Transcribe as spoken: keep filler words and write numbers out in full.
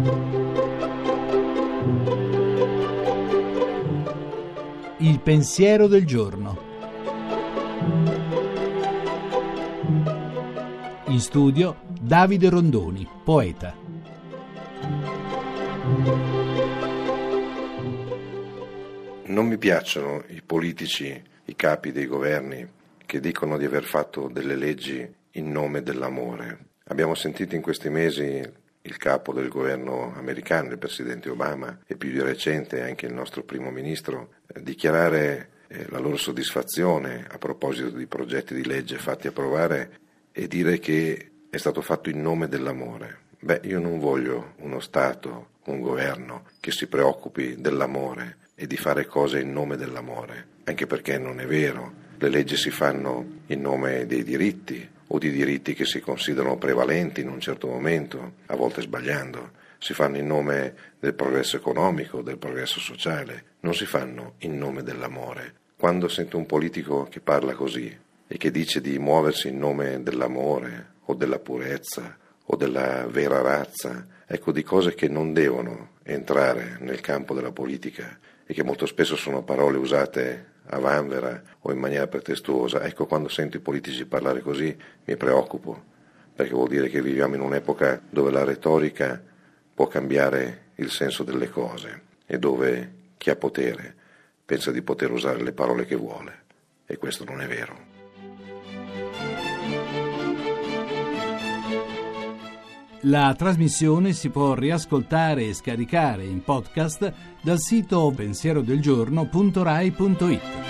Il pensiero del giorno. In studio Davide Rondoni, poeta. Non mi piacciono i politici, i capi dei governi che dicono di aver fatto delle leggi in nome dell'amore. Abbiamo sentito in questi mesi il capo del governo americano, il presidente Obama, e più di recente anche il nostro primo ministro, eh, dichiarare eh, la loro soddisfazione a proposito di progetti di legge fatti approvare e dire che è stato fatto in nome dell'amore. Beh, io non voglio uno Stato, un governo che si preoccupi dell'amore e di fare cose in nome dell'amore, anche perché non è vero. Le leggi si fanno in nome dei diritti o di diritti che si considerano prevalenti in un certo momento, a volte sbagliando. Si fanno in nome del progresso economico, del progresso sociale, non si fanno in nome dell'amore. Quando sento un politico che parla così e che dice di muoversi in nome dell'amore o della purezza o della vera razza, ecco, di cose che non devono entrare nel campo della politica e che molto spesso sono parole usate a vanvera o in maniera pretestuosa. Ecco, quando sento i politici parlare così mi preoccupo, perché vuol dire che viviamo in un'epoca dove la retorica può cambiare il senso delle cose e dove chi ha potere pensa di poter usare le parole che vuole, e questo non è vero. La trasmissione si può riascoltare e scaricare in podcast dal sito pensierodelgiorno punto rai punto it.